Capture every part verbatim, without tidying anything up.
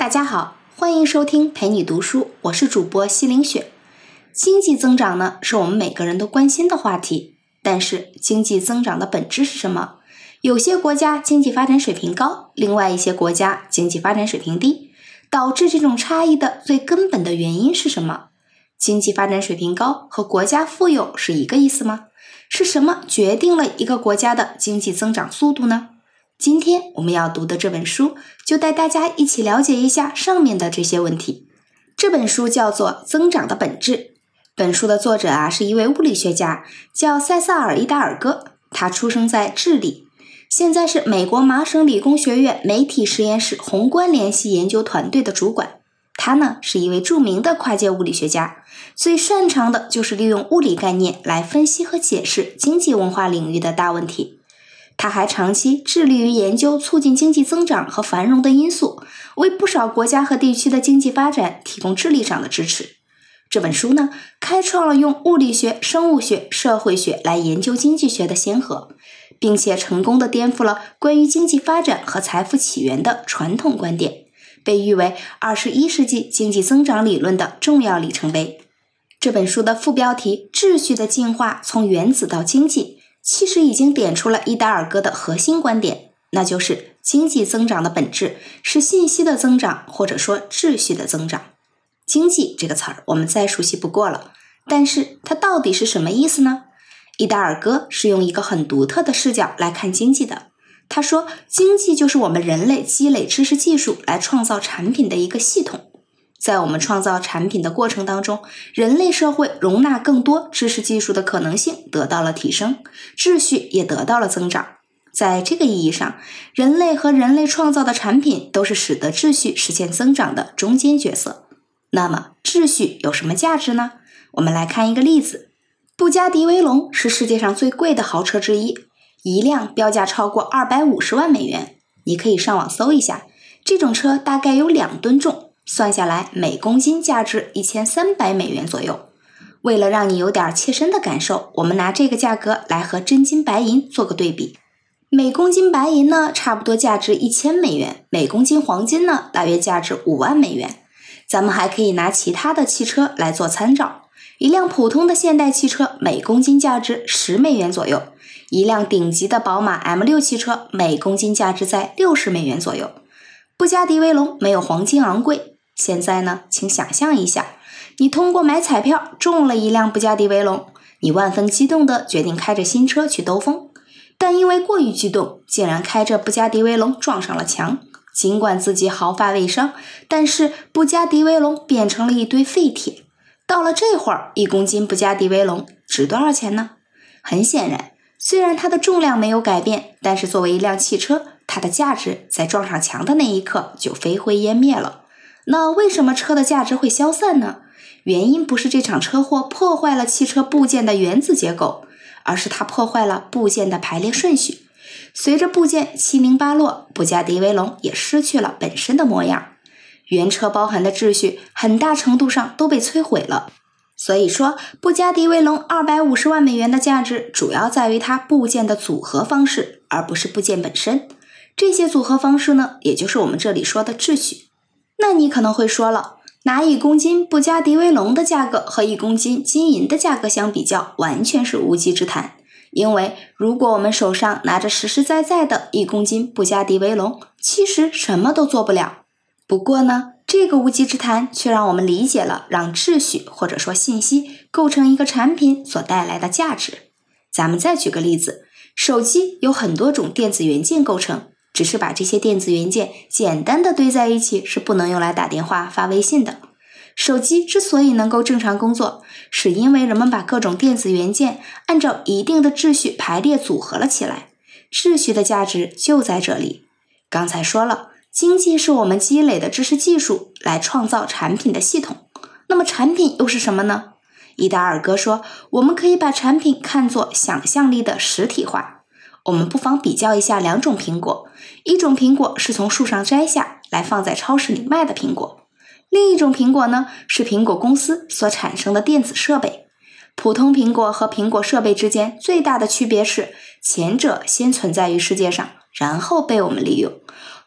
大家好，欢迎收听陪你读书，我是主播西凌雪。经济增长呢，是我们每个人都关心的话题，但是经济增长的本质是什么？有些国家经济发展水平高，另外一些国家经济发展水平低，导致这种差异的最根本的原因是什么？经济发展水平高和国家富有是一个意思吗？是什么决定了一个国家的经济增长速度呢？今天我们要读的这本书就带大家一起了解一下上面的这些问题。这本书叫做《增长的本质》，本书的作者啊是一位物理学家，叫塞萨尔·伊达尔戈，他出生在智利，现在是美国麻省理工学院媒体实验室宏观联系研究团队的主管。他呢是一位著名的跨界物理学家，最擅长的就是利用物理概念来分析和解释经济文化领域的大问题。他还长期致力于研究促进经济增长和繁荣的因素，为不少国家和地区的经济发展提供智力上的支持。这本书呢，开创了用物理学、生物学、社会学来研究经济学的先河，并且成功地颠覆了关于经济发展和财富起源的传统观点，被誉为二十一世纪经济增长理论的重要里程碑。这本书的副标题《秩序的进化：从原子到经济》其实已经点出了伊达尔戈的核心观点，那就是经济增长的本质是信息的增长，或者说秩序的增长。经济这个词儿我们再熟悉不过了，但是它到底是什么意思呢？伊达尔戈是用一个很独特的视角来看经济的。他说，经济就是我们人类积累知识技术来创造产品的一个系统。在我们创造产品的过程当中，人类社会容纳更多知识技术的可能性得到了提升，秩序也得到了增长。在这个意义上，人类和人类创造的产品都是使得秩序实现增长的中间角色。那么，秩序有什么价值呢？我们来看一个例子。布加迪威龙是世界上最贵的豪车之一，一辆标价超过二百五十万美元。你可以上网搜一下，这种车大概有两吨重，算下来每公斤价值一千三百美元左右。为了让你有点切身的感受，我们拿这个价格来和真金白银做个对比。每公斤白银呢，差不多价值一千美元，每公斤黄金呢，大约价值五万美元。咱们还可以拿其他的汽车来做参照，一辆普通的现代汽车每公斤价值十美元左右，一辆顶级的宝马 M 六 汽车每公斤价值在六十美元左右。布加迪威龙没有黄金昂贵。现在呢，请想象一下，你通过买彩票中了一辆布加迪威龙，你万分激动地决定开着新车去兜风，但因为过于激动，竟然开着布加迪威龙撞上了墙。尽管自己毫发未伤，但是布加迪威龙变成了一堆废铁。到了这会儿，一公斤布加迪威龙值多少钱呢？很显然，虽然它的重量没有改变，但是作为一辆汽车，它的价值在撞上墙的那一刻就飞灰烟灭了。那为什么车的价值会消散呢？原因不是这场车祸破坏了汽车部件的原子结构，而是它破坏了部件的排列顺序。随着部件七零八落，布加迪威龙也失去了本身的模样，原车包含的秩序很大程度上都被摧毁了。所以说，布加迪威龙二百五十万美元的价值主要在于它部件的组合方式，而不是部件本身。这些组合方式呢，也就是我们这里说的秩序。那你可能会说了，拿一公斤布加迪威龙的价格和一公斤金银的价格相比较，完全是无稽之谈。因为如果我们手上拿着实实在在的一公斤布加迪威龙，其实什么都做不了。不过呢，这个无稽之谈却让我们理解了让秩序或者说信息构成一个产品所带来的价值。咱们再举个例子，手机有很多种电子元件构成，只是把这些电子元件简单的堆在一起是不能用来打电话发微信的。手机之所以能够正常工作，是因为人们把各种电子元件按照一定的秩序排列组合了起来。秩序的价值就在这里。刚才说了，经济是我们积累的知识技术来创造产品的系统。那么产品又是什么呢？伊达尔戈说，我们可以把产品看作想象力的实体化。我们不妨比较一下两种苹果，一种苹果是从树上摘下来放在超市里卖的苹果，另一种苹果呢，是苹果公司所产生的电子设备。普通苹果和苹果设备之间最大的区别是，前者先存在于世界上，然后被我们利用；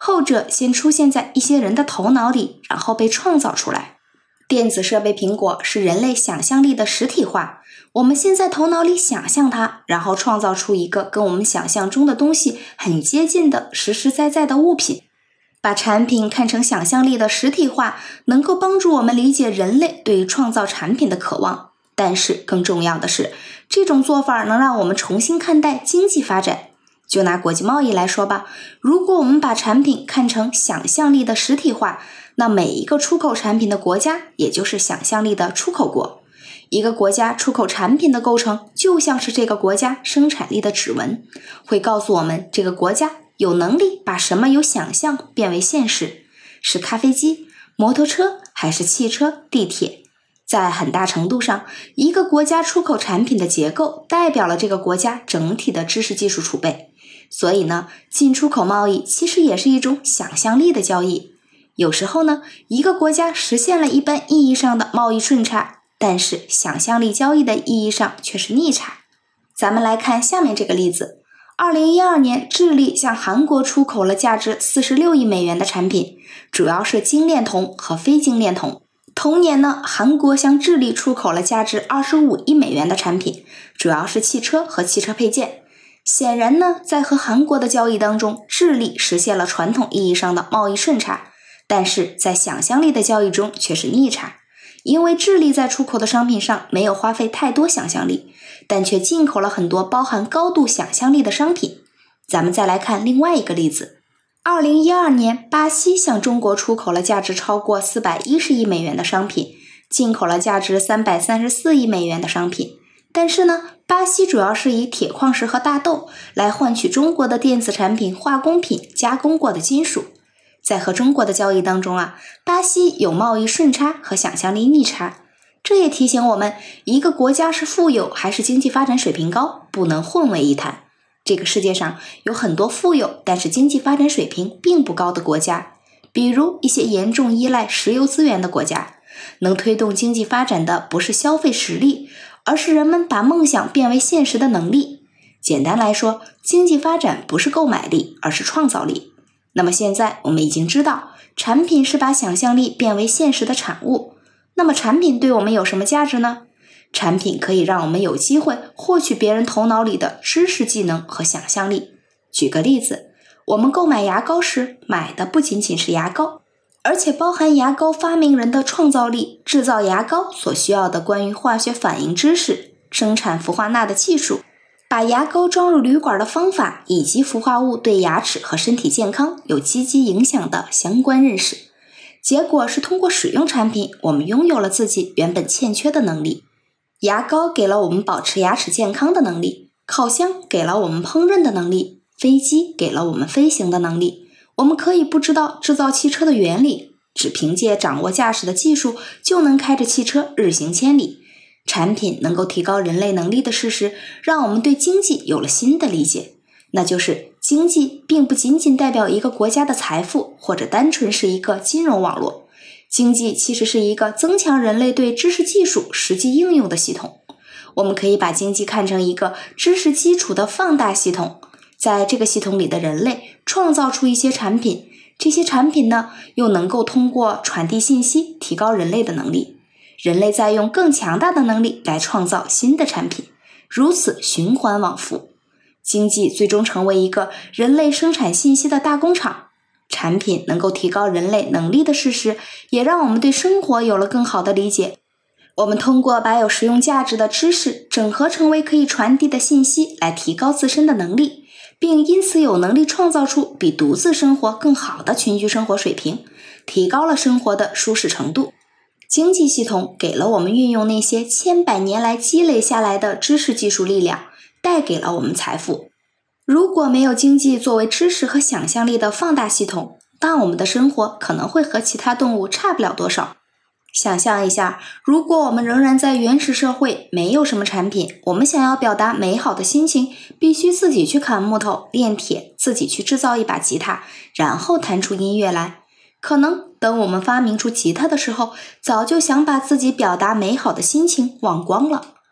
后者先出现在一些人的头脑里，然后被创造出来。电子设备苹果是人类想象力的实体化，我们先在头脑里想象它，然后创造出一个跟我们想象中的东西很接近的实实在在的物品。把产品看成想象力的实体化，能够帮助我们理解人类对于创造产品的渴望。但是更重要的是，这种做法能让我们重新看待经济发展。就拿国际贸易来说吧，如果我们把产品看成想象力的实体化，那每一个出口产品的国家也就是想象力的出口国。一个国家出口产品的构成就像是这个国家生产力的指纹，会告诉我们这个国家有能力把什么由想象变为现实，是咖啡机、摩托车还是汽车、地铁。在很大程度上，一个国家出口产品的结构代表了这个国家整体的知识技术储备。所以呢，进出口贸易其实也是一种想象力的交易。有时候呢，一个国家实现了一般意义上的贸易顺差，但是想象力交易的意义上却是逆差。咱们来看下面这个例子。二零一二年，智利向韩国出口了价值四十六亿美元的产品，主要是精炼铜和非精炼铜。同年呢，韩国向智利出口了价值二十五亿美元的产品，主要是汽车和汽车配件。显然呢，在和韩国的交易当中，智利实现了传统意义上的贸易顺差，但是在想象力的交易中却是逆差。因为智利在出口的商品上没有花费太多想象力，但却进口了很多包含高度想象力的商品。咱们再来看另外一个例子。二零一二年，巴西向中国出口了价值超过四百一十亿美元的商品，进口了价值三百三十四亿美元的商品。但是呢，巴西主要是以铁矿石和大豆来换取中国的电子产品、化工品、加工过的金属。在和中国的交易当中啊，巴西有贸易顺差和想象力逆差。这也提醒我们，一个国家是富有还是经济发展水平高，不能混为一谈。这个世界上有很多富有但是经济发展水平并不高的国家，比如一些严重依赖石油资源的国家。能推动经济发展的不是消费实力，而是人们把梦想变为现实的能力。简单来说，经济发展不是购买力，而是创造力。那么现在我们已经知道，产品是把想象力变为现实的产物。那么产品对我们有什么价值呢？产品可以让我们有机会获取别人头脑里的知识技能和想象力。举个例子，我们购买牙膏时，买的不仅仅是牙膏，而且包含牙膏发明人的创造力，制造牙膏所需要的关于化学反应知识，生产氟化钠的技术，把牙膏装入铝管的方法，以及氟化物对牙齿和身体健康有积极影响的相关认识。结果是通过使用产品，我们拥有了自己原本欠缺的能力。牙膏给了我们保持牙齿健康的能力，烤箱给了我们烹饪的能力，飞机给了我们飞行的能力。我们可以不知道制造汽车的原理，只凭借掌握驾驶的技术就能开着汽车日行千里。产品能够提高人类能力的事实，让我们对经济有了新的理解，那就是经济并不仅仅代表一个国家的财富，或者单纯是一个金融网络。经济其实是一个增强人类对知识技术实际应用的系统。我们可以把经济看成一个知识基础的放大系统，在这个系统里的人类创造出一些产品，这些产品呢，又能够通过传递信息提高人类的能力。人类再用更强大的能力来创造新的产品，如此循环往复。经济最终成为一个人类生产信息的大工厂。产品能够提高人类能力的事实，也让我们对生活有了更好的理解。我们通过把有实用价值的知识整合成为可以传递的信息，来提高自身的能力，并因此有能力创造出比独自生活更好的群居生活水平，提高了生活的舒适程度。经济系统给了我们运用那些千百年来积累下来的知识技术力量，带给了我们财富。如果没有经济作为知识和想象力的放大系统，那我们的生活可能会和其他动物差不了多少。想象一下，如果我们仍然在原始社会，没有什么产品，我们想要表达美好的心情，必须自己去砍木头、炼铁，自己去制造一把吉他，然后弹出音乐来。可能等我们发明出吉他的时候，早就想把自己表达美好的心情忘光了。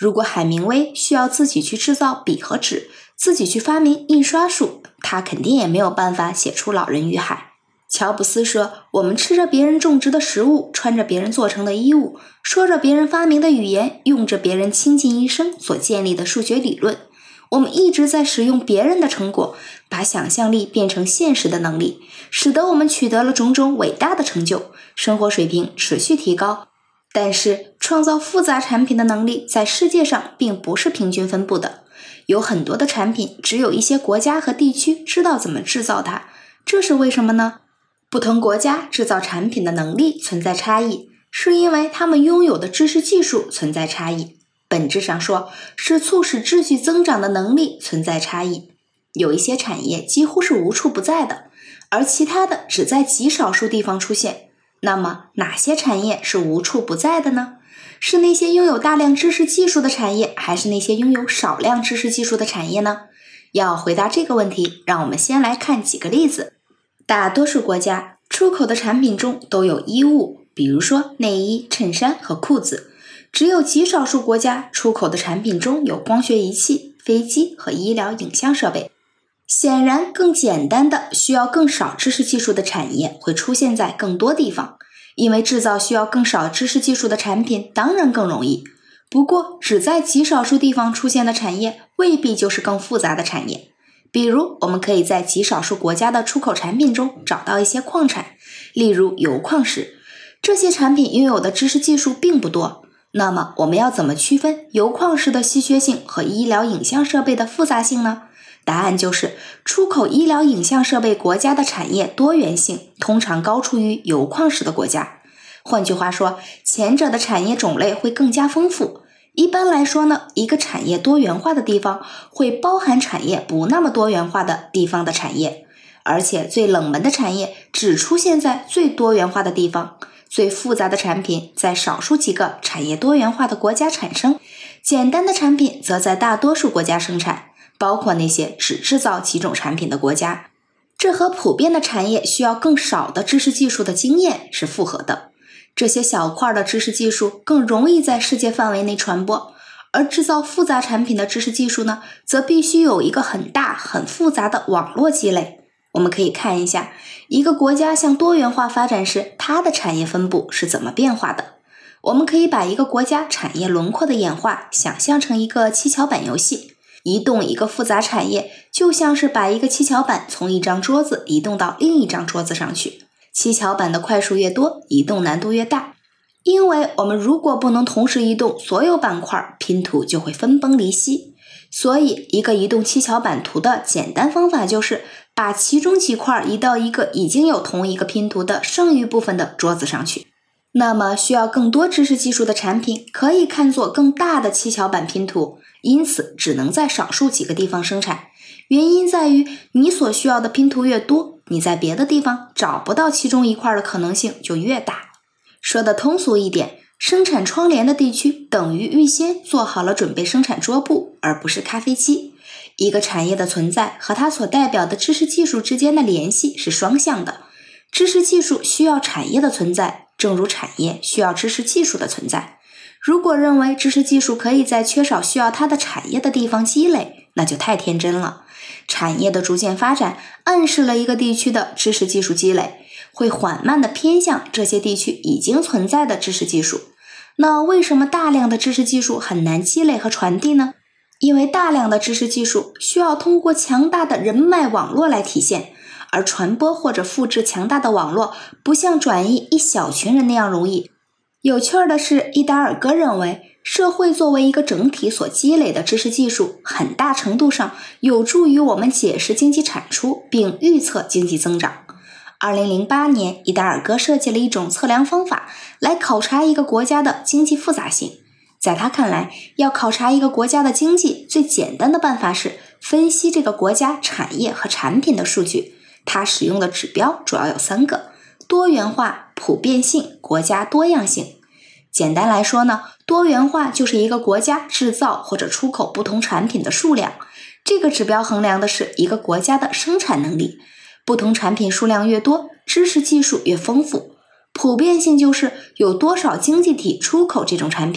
如果海明威需要自己去制造笔和纸，自己去发明印刷术，他肯定也没有办法写出《老人与海》。乔布斯说，我们吃着别人种植的食物，穿着别人做成的衣物，说着别人发明的语言，用着别人倾尽一生所建立的数学理论。我们一直在使用别人的成果，把想象力变成现实的能力，使得我们取得了种种伟大的成就，生活水平持续提高。但是，创造复杂产品的能力在世界上并不是平均分布的，有很多的产品只有一些国家和地区知道怎么制造它，这是为什么呢？不同国家制造产品的能力存在差异，是因为他们拥有的知识技术存在差异。本质上说，是促使秩序增长的能力存在差异。有一些产业几乎是无处不在的，而其他的只在极少数地方出现。那么，哪些产业是无处不在的呢？是那些拥有大量知识技术的产业，还是那些拥有少量知识技术的产业呢？要回答这个问题，让我们先来看几个例子。大多数国家出口的产品中都有衣物，比如说内衣、衬衫和裤子。只有极少数国家出口的产品中有光学仪器、飞机和医疗影像设备。显然，更简单的、需要更少知识技术的产业会出现在更多地方，因为制造需要更少知识技术的产品当然更容易。不过，只在极少数地方出现的产业未必就是更复杂的产业。比如，我们可以在极少数国家的出口产品中找到一些矿产，例如油矿石。这些产品拥有的知识技术并不多。那么，我们要怎么区分油矿石的稀缺性和医疗影像设备的复杂性呢？答案就是，出口医疗影像设备国家的产业多元性通常高出于油矿石的国家。换句话说，前者的产业种类会更加丰富。一般来说呢，一个产业多元化的地方会包含产业不那么多元化的地方的产业，而且最冷门的产业只出现在最多元化的地方，最复杂的产品在少数几个产业多元化的国家产生，简单的产品则在大多数国家生产，包括那些只制造几种产品的国家。这和普遍的产业需要更少的知识技术的经验是符合的。这些小块的知识技术更容易在世界范围内传播，而制造复杂产品的知识技术呢，则必须有一个很大很复杂的网络积累。我们可以看一下，一个国家向多元化发展时，它的产业分布是怎么变化的。我们可以把一个国家产业轮廓的演化想象成一个七巧板游戏，移动一个复杂产业，就像是把一个七巧板从一张桌子移动到另一张桌子上去。七巧板的块数越多，移动难度越大。因为我们如果不能同时移动所有板块，拼图就会分崩离析。所以，一个移动七巧板图的简单方法就是把其中几块移到一个已经有同一个拼图的剩余部分的桌子上去。那么，需要更多知识技术的产品可以看作更大的七巧板拼图，因此只能在少数几个地方生产。原因在于，你所需要的拼图越多，你在别的地方找不到其中一块的可能性就越大。说的通俗一点，生产窗帘的地区等于预先做好了准备生产桌布，而不是咖啡机。一个产业的存在和它所代表的知识技术之间的联系是双向的。知识技术需要产业的存在，正如产业需要知识技术的存在。如果认为知识技术可以在缺少需要它的产业的地方积累，那就太天真了。产业的逐渐发展暗示了一个地区的知识技术积累会缓慢地偏向这些地区已经存在的知识技术。那为什么大量的知识技术很难积累和传递呢？因为大量的知识技术需要通过强大的人脉网络来体现，而传播或者复制强大的网络不像转移一小群人那样容易。有趣的是，伊达尔戈认为，社会作为一个整体所积累的知识技术，很大程度上有助于我们解释经济产出并预测经济增长。二零零八年，伊达尔戈设计了一种测量方法来考察一个国家的经济复杂性。在他看来，要考察一个国家的经济，最简单的办法是分析这个国家产业和产品的数据。他使用的指标主要有三个：多元化、普遍性、国家多样性。简单来说呢，多元化就是一个国家制造或者出口不同产品的数量。这个指标衡量的是一个国家的生产能力。不同产品数量越多，知识技术越丰富。普遍性就是有多少经济体出口这种产品。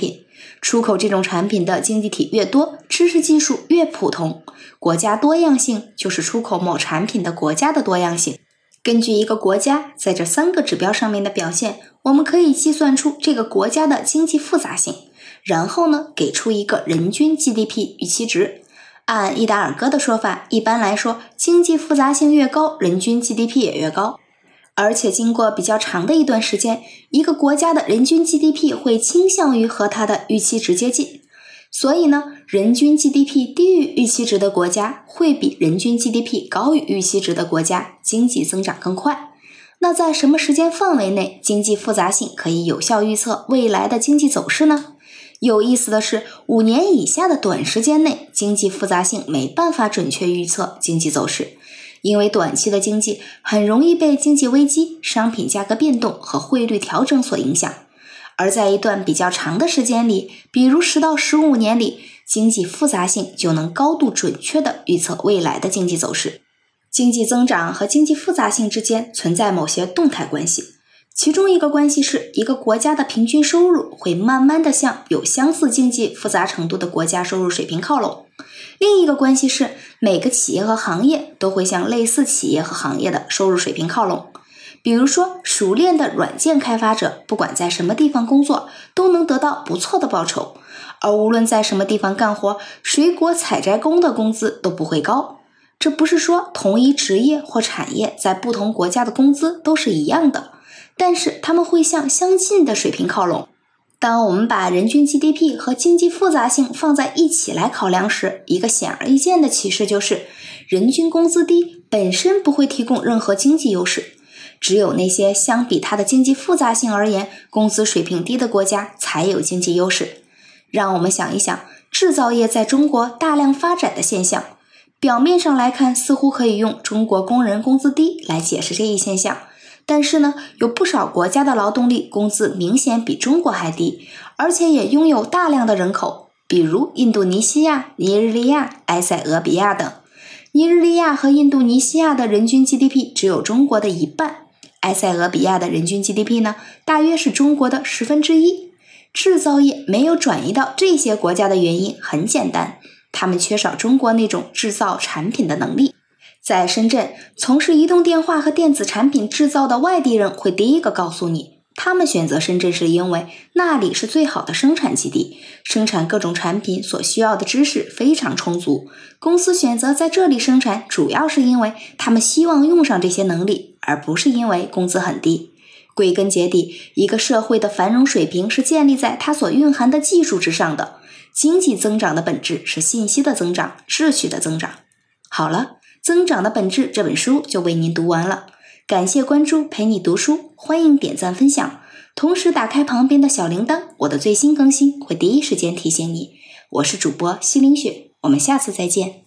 出口这种产品的经济体越多，知识技术越普通。国家多样性就是出口某产品的国家的多样性。根据一个国家在这三个指标上面的表现，我们可以计算出这个国家的经济复杂性，然后呢，给出一个人均 G D P 预期值。按伊达尔戈的说法，一般来说，经济复杂性越高，人均 G D P 也越高。而且经过比较长的一段时间，一个国家的人均 G D P 会倾向于和它的预期值接近。所以呢，人均 G D P 低于预期值的国家会比人均 G D P 高于预期值的国家经济增长更快。那在什么时间范围内经济复杂性可以有效预测未来的经济走势呢？有意思的是，五年以下的短时间内，经济复杂性没办法准确预测经济走势，因为短期的经济很容易被经济危机、商品价格变动和汇率调整所影响。而在一段比较长的时间里，比如十到十五年里，经济复杂性就能高度准确地预测未来的经济走势。经济增长和经济复杂性之间存在某些动态关系，其中一个关系是一个国家的平均收入会慢慢地向有相似经济复杂程度的国家收入水平靠拢，另一个关系是每个企业和行业都会向类似企业和行业的收入水平靠拢。比如说，熟练的软件开发者不管在什么地方工作都能得到不错的报酬，而无论在什么地方干活，水果采摘工的工资都不会高。这不是说同一职业或产业在不同国家的工资都是一样的，但是他们会向相近的水平靠拢。当我们把人均 G D P 和经济复杂性放在一起来考量时，一个显而易见的启示就是，人均工资低本身不会提供任何经济优势，只有那些相比它的经济复杂性而言，工资水平低的国家才有经济优势。让我们想一想，制造业在中国大量发展的现象，表面上来看似乎可以用中国工人工资低来解释这一现象，但是呢，有不少国家的劳动力工资明显比中国还低，而且也拥有大量的人口，比如印度尼西亚、尼日利亚、埃塞俄比亚等。尼日利亚和印度尼西亚的人均 G D P 只有中国的一半，埃塞俄比亚的人均 G D P 呢，大约是中国的十分之一。制造业没有转移到这些国家的原因很简单，他们缺少中国那种制造产品的能力。在深圳，从事移动电话和电子产品制造的外地人会第一个告诉你，他们选择深圳是因为那里是最好的生产基地，生产各种产品所需要的知识非常充足。公司选择在这里生产，主要是因为他们希望用上这些能力，而不是因为工资很低。归根结底，一个社会的繁荣水平是建立在它所蕴含的技术之上的。经济增长的本质是信息的增长，秩序的增长。好了，增长的本质这本书就为您读完了。感谢关注陪你读书，欢迎点赞分享，同时打开旁边的小铃铛，我的最新更新会第一时间提醒你。我是主播西林雪，我们下次再见。